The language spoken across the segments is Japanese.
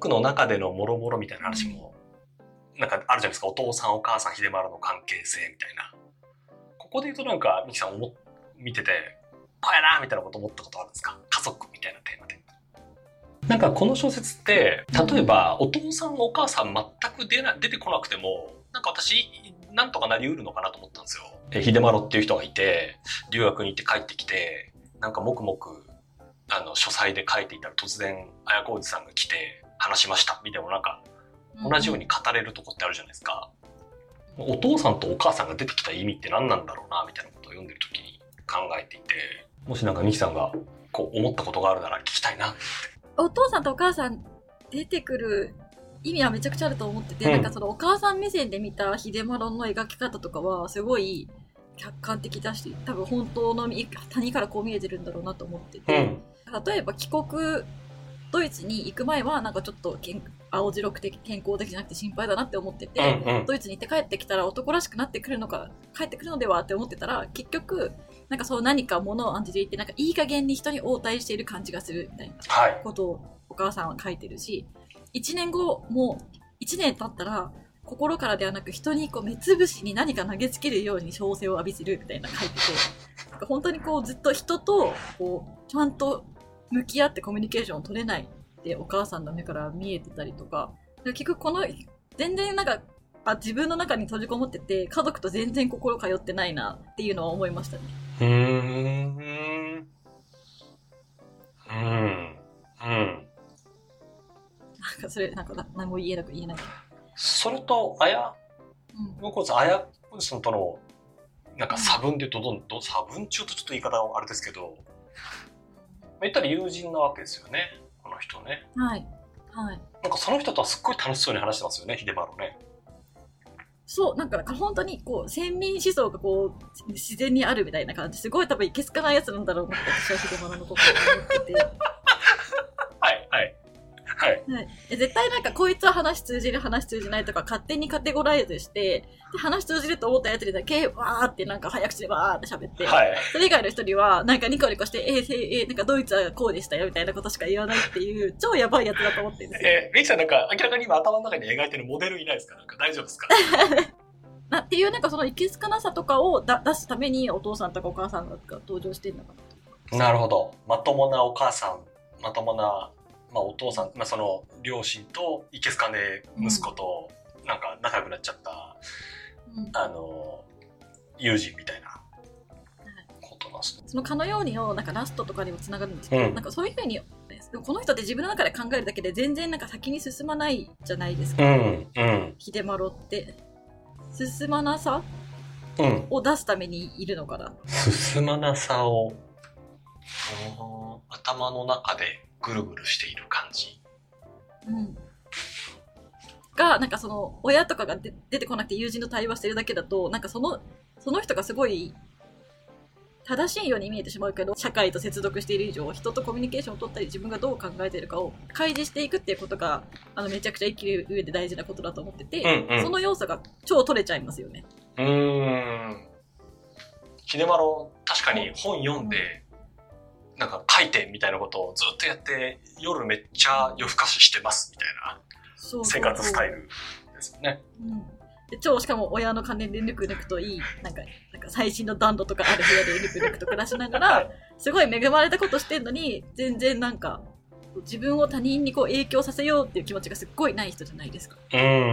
族の中でのもろもろみたいな話も、なんかあるじゃないですか。お父さんお母さん秀丸の関係性みたいな。ここで言うとなんかミキさん見ててこうやなみたいなこと思ったことあるんですか？家族みたいなテーマで。なんかこの小説って例えばお父さんお母さん全く出てこなくてもなんか私なんとかなりうるのかなと思ったんですよ。秀丸っていう人がいて留学に行って帰ってきてなんか黙々書斎で書いていたら突然綾小路さんが来て話しましたみたいななんか同じように語れるとこってあるじゃないですか。お父さんとお母さんが出てきた意味って何なんだろうなみたいなことを読んでる時に考えていて、もしなんかミキさんがこう思ったことがあるなら聞きたいなって。 お父さんとお母さん出てくる意味はめちゃくちゃあると思ってて、なんかそのお母さん目線で見た秀丸の描き方とかはすごい客観的だし、多分本当の谷からこう見えてるんだろうなと思ってて、例えば帰国ドイツに行く前はなんかちょっと青白くて健康的じゃなくて心配だなって思ってて、ドイツに行って帰ってきたら男らしくなってくるのか帰ってくるのではって思ってたら、結局なんかそう何か物を案じていてなんかいい加減に人に応対している感じがするみたいなことをお母さんは書いてるし、1年後も1年経ったら心からではなく人にこう目つぶしに何か投げつけるように称声を浴びせるみたいな書いてて、なんか本当にこうずっと人とこうちゃんと向き合ってコミュニケーションを取れないってお母さんの目から見えてたりとか、結局この全然なんか自分の中に閉じこもってて家族と全然心通ってないなっていうのは思いましたね。なんかそれなんか何も言えない。 それと綾小路さんとのなんか差分で言うと差分中とちょっと言い方はあれですけど、言ったら友人なわけですよね、この人ね。 はいなんかその人とはすっごい楽しそうに話してますよね、秀丸ね。 そうなんか本当にこう先民思想がこう自然にあるみたいな感じ、すごい多分いけすかないやつなんだろうなって私は秀丸のことを思っててはい、絶対なんかこいつは話通じる話通じないとか勝手にカテゴライズしてで話通じると思ったやつにだけわーってなんか早口でわーって喋って、それ以外の人にはなんかニコニコしてなんかドイツはこうでしたよみたいなことしか言わないっていう超やばいやつだと思ってるんですよ。 ミキさんなんか明らかに今頭の中に描いてるモデルいないですか？なんか大丈夫ですか？ っていうなんかそのいけすかなさとかを出すためにお父さんとかお母さんが登場してるのかなと。 なるほど。まともなお母さん、まともなお父さん、その両親といけすかね息子となんか仲良くなっちゃった、友人みたいなことなんですね。 そのかのようにをなんかラストとかにもつながるんですけど、なんかそういうふうにこの人って自分の中で考えるだけで全然なんか先に進まないじゃないですか。秀丸って進まなさを出すためにいるのかな。 進まなさを頭の中でぐるぐるしている感じ、 がなんかその親とかが出てこなくて友人と対話してるだけだとなんかその人がすごい正しいように見えてしまうけど、社会と接続している以上人とコミュニケーションを取ったり自分がどう考えているかを開示していくっていうことがめちゃくちゃ生きる上で大事なことだと思ってて、その要素が超取れちゃいますよね。 秀丸確かに本読んで、なんか書いてみたいなことをずっとやって夜めっちゃ夜更かししてますみたいな生活スタイルですよね。 で超しかも親の金でぬくぬくといいなんか最新の暖炉とかある部屋でぬくぬくと暮らしながらすごい恵まれたことしてんのに全然なんか自分を他人にこう影響させようっていう気持ちがすっごいない人じゃないですか。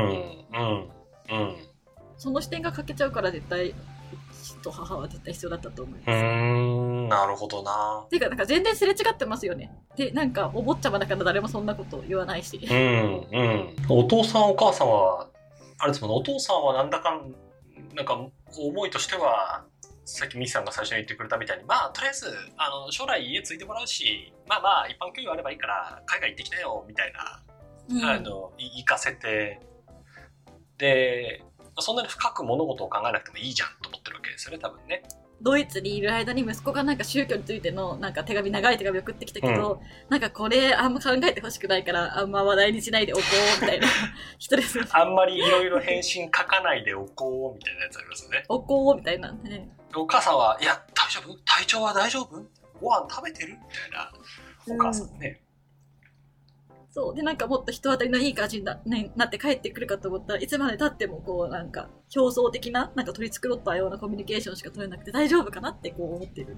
その視点が欠けちゃうから絶対父と母は絶対必要だったと思います。 なるほどな。 ていうかなんか全然すれ違ってますよね。でなんかお坊ちゃまだから誰もそんなこと言わないし。 お父さんお母さんはあれですもんね。お父さんはなんだかなんか思いとしてはさっきミキさんが最初に言ってくれたみたいにとりあえず将来家継いでもらうし一般教養あればいいから海外行ってきなよみたいな、行かせてでそんなに深く物事を考えなくてもいいじゃんと思ってるわけですよね多分ね。 ドイツにいる間に息子がなんか宗教についてのなんか長い手紙を送ってきたけど、なんかこれあんま考えてほしくないからあんま話題にしないでおこうみたいな人ですよね。 あんまりいろいろ返信書かないでおこうみたいなやつありますよね。 おこうみたいなね。 お母さんはいや大丈夫？体調は大丈夫？ご飯食べてる？みたいなお母さんね。 そう。で、なんかもっと人当たりのいい感じに なって帰ってくるかと思ったらいつまで経ってもこうなんか表層的ななんか取り繕ったようなコミュニケーションしか取れなくて大丈夫かなってこう思ってる。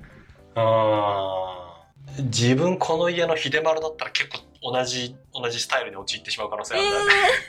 自分この家の秀丸だったら結構同じスタイルに陥ってしまう可能性あるんだよ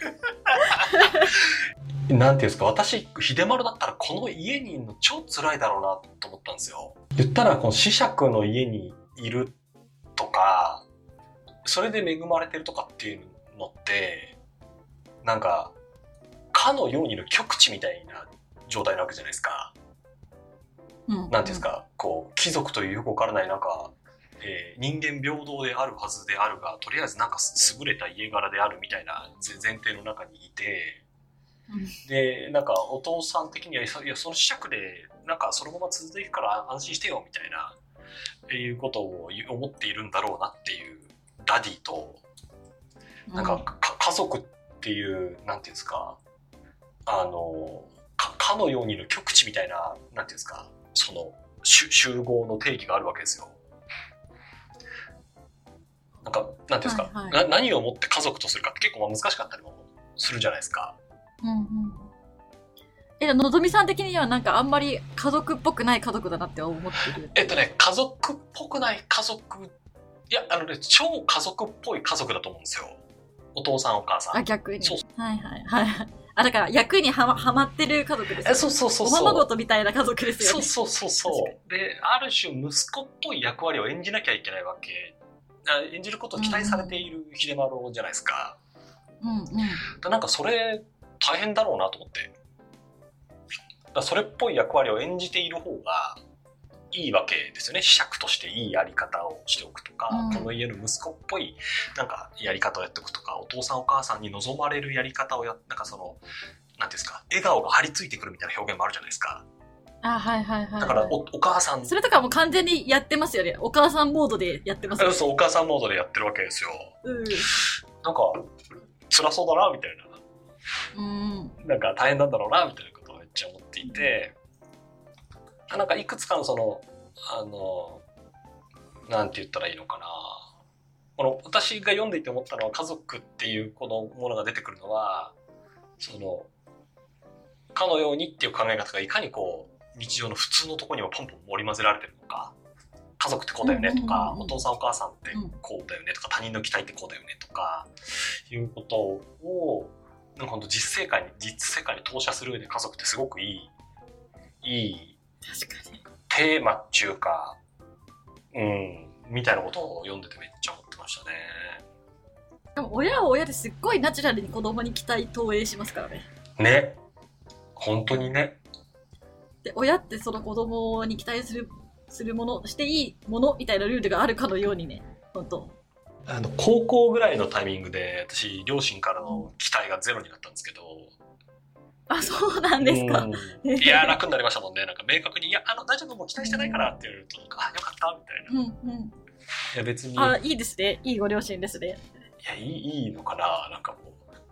ね。なんていうんですか、私秀丸だったらこの家にいるの超辛いだろうなと思ったんですよ。言ったらこの子爵の家にいるとかそれで恵まれてるとかっていうのってなんかかのようにの極地みたいな状態なわけじゃないですか。なんていうんですか、こう貴族というよくわからないなんか、人間平等であるはずであるがとりあえずなんか優れた家柄であるみたいな前提の中にいて、でなんかお父さん的にはいやその子爵でなんかそのまま続いていくから安心してよみたいないうことを思っているんだろうなっていうダディとなんか、家族っていうなんていうんですかかのようにの極地みたいななんていうんですかその集合の定義があるわけですよ。なんかなんていうんですか、何をもって家族とするかって結構難しかったりもするじゃないですか。 のぞみさん的にはなんかあんまり家族っぽくない家族だなって思ってる？ 家族っぽくない家族、いや超家族っぽい家族だと思うんですよ。お父さんお母さん。 逆に。そう。はい。だから役にはまってる家族ですよね。 そう。 おままごとみたいな家族ですよね。 そう。で、ある種息子っぽい役割を演じなきゃいけないわけ。演じることを期待されている秀丸じゃないですか。なんかそれ大変だろうなと思って。それっぽい役割を演じている方がいいわけですよね。子爵としていいやり方をしておくとか、この家の息子っぽいなんかやり方をやっておくとか、お父さんお母さんに望まれるやり方をなんかそのなんていうんですか、笑顔が張り付いてくるみたいな表現もあるじゃないですか。だから お母さんそれとかも完全にやってますよね。お母さんモードでやってますよね。 そう、お母さんモードでやってるわけですよ。なんか辛そうだなみたいな、なんか大変なんだろうなみたいなことをめっちゃ思っていて、なんかいくつかのそのなんて言ったらいいのかな、この私が読んでいて思ったのは、家族っていうこのものが出てくるのはそのかのようにっていう考え方がいかにこう日常の普通のところにもポンポン盛り混ぜられてるのか、家族ってこうだよねとか、お父さんお母さんってこうだよねとか、他人の期待ってこうだよねとかいうことをなんか本当実世界に投射する上で家族ってすごくいいテーマっていうか、みたいなことを読んでてめっちゃ思ってましたね。 でも親は親ですっごいナチュラルに子供に期待投影しますからね。 ね、本当にね。 で、親ってその子供に期待するもの、していいものみたいなルールがあるかのようにね、本当。 高校ぐらいのタイミングで私両親からの期待がゼロになったんですけど。 あ、そうなんですか。 いや楽になりましたもんね。なんか明確にいや大丈夫もう期待してないからって言われるとなんかよかったみたいな。いや別に。 いいですね。いいご両親ですね。 いやいいのかな、なんかもう。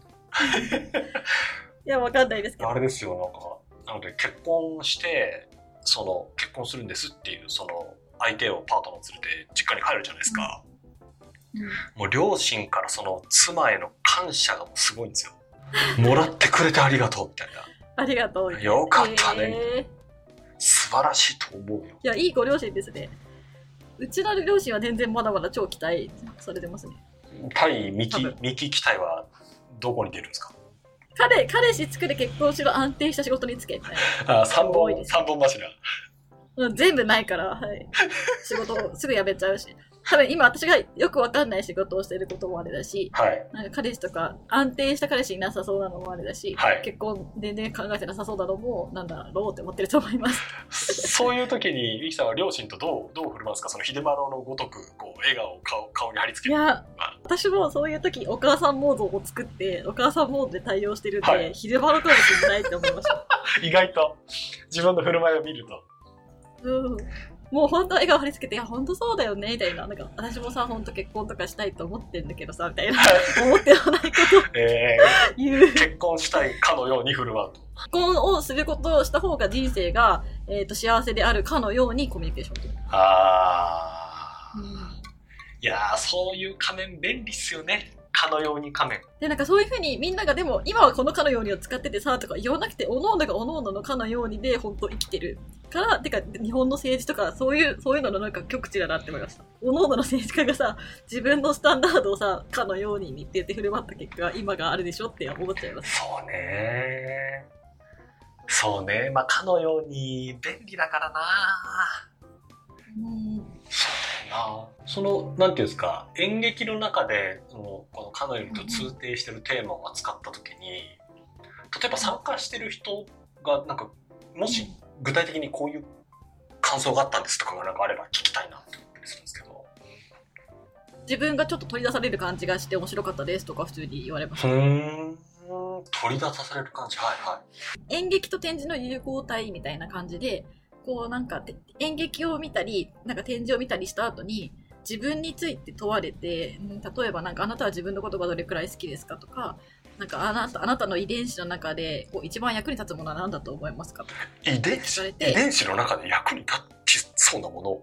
いやわかんないですけど。 あれですよ、なんかなので結婚して結婚するんですっていうその相手をパートナーを連れて実家に帰るじゃないですか。もう両親からその妻への感謝がもうすごいんですよ。もらってくれてありがとうみたいな。 ありがとう。 よかったね。素晴らしいと思うよ。 いやいいご両親ですね。うちの両親は全然まだまだ超期待されてますね。 対ミキ期待はどこに出るんですか？ 彼氏作れ、結婚しろ、安定した仕事に就けみたいな。 3本柱。 全部ないから、はい。仕事すぐ辞めちゃうし。多分今私がよくわかんない仕事をしてることもあれだし、なんか彼氏とか安定した彼氏いなさそうなのもあれだし、結婚全然考えてなさそうなのもなんだろうって思ってると思います。 そういう時にミキさんは両親とどう振る舞うんですか？その秀丸のごとくこう笑顔を顔に貼り付ける。 いや、私もそういう時お母さんモードを作ってお母さんモードで対応してるんで、秀丸かもしれないって思いました。 意外と自分の振る舞いを見ると。 もう本当笑顔貼り付けて、いや本当そうだよねみたいな、なんか私もさ本当結婚とかしたいと思ってんだけどさみたいな思ってはないこと言う、 結婚したいかのように振る舞うと。 結婚をすることをした方が人生が、幸せであるかのようにコミュニケーションを取る。 いやそういう仮面便利っすよね。 かのように仮面。 で、なんかそういう風にみんながでも、今はこのかのようにを使っててさ、とか言わなくて、各々が各々のかのようにで本当生きてるから、てか日本の政治とかそういうののなんか極致だなって思いました。各々の政治家がさ、自分のスタンダードをさ、かのようにって言って振る舞った結果、今があるでしょって思っちゃいます。 そうね。そうね。まあ、かのように便利だからな。そうだよな。その、なんていうんですか、演劇の中で、このかのようにと通底してるテーマを扱ったときに、例えば参加してる人が、なんか、もし具体的にこういう感想があったんですとかがなんかあれば聞きたいなって思ったりするんですけど。 自分がちょっと取り出される感じがして面白かったですとか普通に言われました。 取り出される感じ。はいはい。 演劇と展示の融合体みたいな感じで、こうなんか演劇を見たり、なんか展示を見たりした後に、自分について問われて、例えばなんかあなたは自分のことがどれくらい好きですかとか、なんかあなたの遺伝子の中でこう一番役に立つものは何だと思いますかとか遺伝子の中で役に立ちそうなものを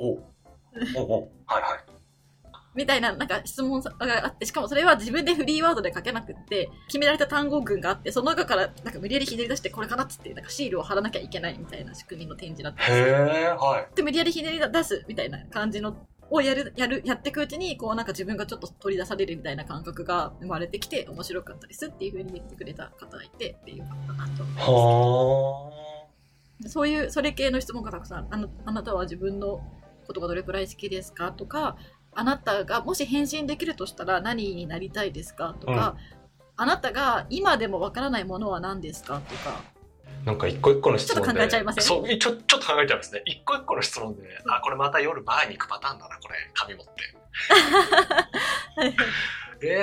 はいはい。 みたいな、なんか質問があって、しかもそれは自分でフリーワードで書けなくって、決められた単語群があって、その中からなんか無理やりひねり出してこれかなっつって、なんかシールを貼らなきゃいけないみたいな仕組みの展示だったんですよ。 はい。 で、無理やりひねり出すみたいな感じのをやっていくうちに、こうなんか自分がちょっと取り出されるみたいな感覚が生まれてきて面白かったですっていう風に言ってくれた方がいて、っていうかなと思います。そういう、それ系の質問がたくさんあなたは自分のことがどれくらい好きですかとか、あなたがもし変身できるとしたら何になりたいですかとか、あなたが今でもわからないものは何ですかとか。 なんか一個一個の質問で。 ちょっと考えちゃいません？ そう、ちょっと考えちゃいますね。一個一個の質問で、これまた夜バーに行くパターンだな、これ、紙持って。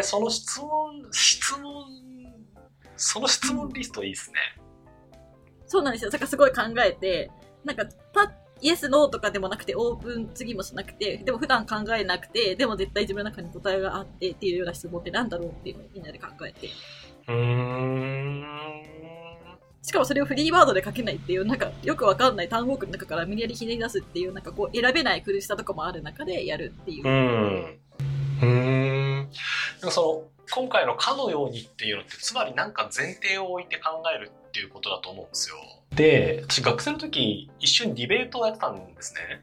その質問リストいいですね。 そうなんですよ。だからすごい考えて、なんかイエス、ノーとかでもなくて、オープン次もしなくて、でも普段考えなくて、でも絶対自分の中に答えがあってっていうような質問ってなんだろうっていうのをみんなで考えて。しかもそれをフリーワードで書けないっていう、なんかよくわかんない単語句の中から無理やりひねり出すっていう、なんかこう選べない苦しさとかもある中でやるっていう。 その今回のかのようにっていうのって、つまりなんか前提を置いて考えるっていうことだと思うんですよ。で、私学生の時一緒にディベートをやってたんですね。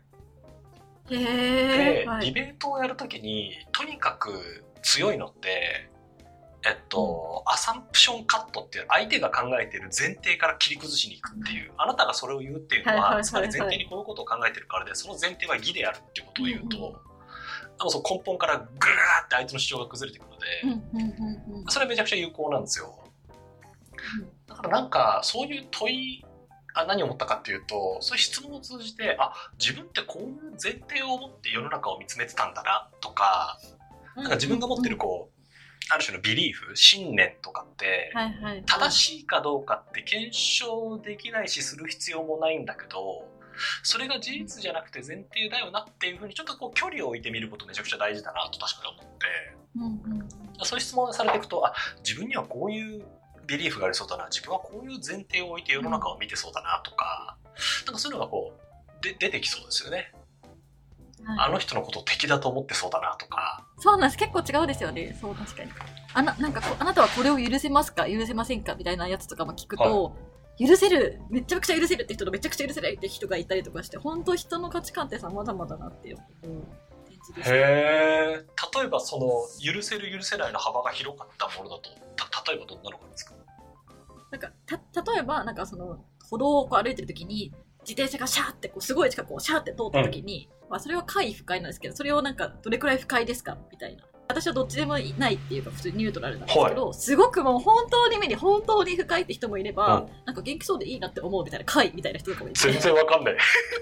で、はい、ディベートをやるときにとにかく強いのってアサンプションカットっていう相手が考えている前提から切り崩しに行くっていう、あなたがそれを言うっていうのは、つまり前提にこのことを考えてるからで、その前提は義であるっていうことを言うと、その根本からグーって相手の主張が崩れてくるので、それはめちゃくちゃ有効なんですよ。だからなんかそういう問い、何を思ったかっていうと、そういう質問を通じて、自分ってこういう前提を持って世の中を見つめてたんだなとか、なんか自分が持ってるこうある種のビリーフ、信念とかって、正しいかどうかって検証できないしする必要もないんだけど、それが事実じゃなくて前提だよなっていうふうにちょっとこう距離を置いてみることめちゃくちゃ大事だなと確かに思って、そういう質問されていくと、自分にはこういうビリーフがありそうだな、自分はこういう前提を置いて世の中を見てそうだなとか、なんかそういうのがこう出てきそうですよね。あの人のことを敵だと思ってそうだなとか。 そうなんです。結構違うですよね。そう、確かに。なんかあなたはこれを許せますか許せませんかみたいなやつとかも聞くと、許せる、めちゃくちゃ許せるって人とめちゃくちゃ許せないって人がいたりとかして、本当人の価値観って様々だなっていう展示です。 例えばその許せる許せないの幅が広かったものだと、例えばどんなのがですか？ なんか例えばなんかその歩道をこう歩いてる時に自転車がシャーってこうすごい近くをシャーって通った時に、それは快不快なんですけど、それをなんかどれくらい不快ですかみたいな。私はどっちでもないっていうか普通にニュートラルなんですけど、すごくもう本当に不快って人もいれば、なんか元気そうでいいなって思うみたいな快みたいな人とかもいて。 全然わかんない。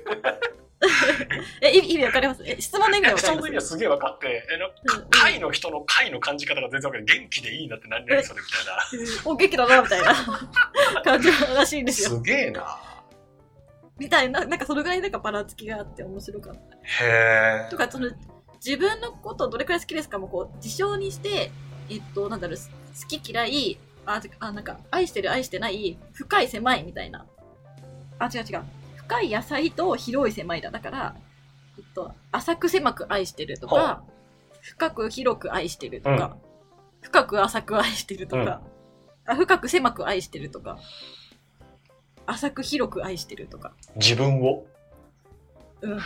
意味わかります？質問の意味はわかります？質問の意味はすげえわかって、快の人の快の感じ方が全然わかんない。元気でいいなって何々それみたいな。お元気だなみたいな感じらしいんですよ。 すげえな。 みたいな、なんかそのぐらいなんかばらつきがあって面白かった。 へー。 とか、その自分のことをどれくらい好きですかもこう事象にして、なんだろう、好き嫌い、なんか愛してる愛してない、深い狭いみたいな。違う。深い野菜と広い狭いだ。だから、浅く狭く愛してるとか、深く広く愛してるとか、 深く浅く愛してるとか、深く狭く愛してるとか、浅く広く愛してるとか。 自分を。 うん。 おう。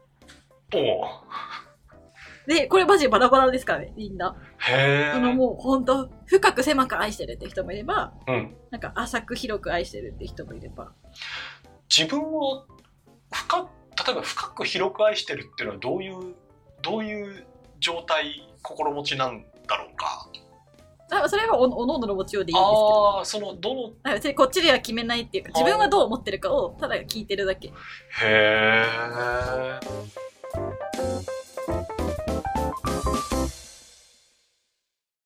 で、これマジバラバラですからね、みんな。 へー。 もうほんと、深く狭く愛してるって人もいれば、 なんか浅く広く愛してるって人もいれば。 自分を例えば深く広く愛してるっていうのはどういう状態、心持ちなんだろうか。 それはおのおのの持ちようでいいんですけど。 その、 別にこっちでは決めないっていうか、自分はどう思ってるかをただ聞いてるだけ。 へー。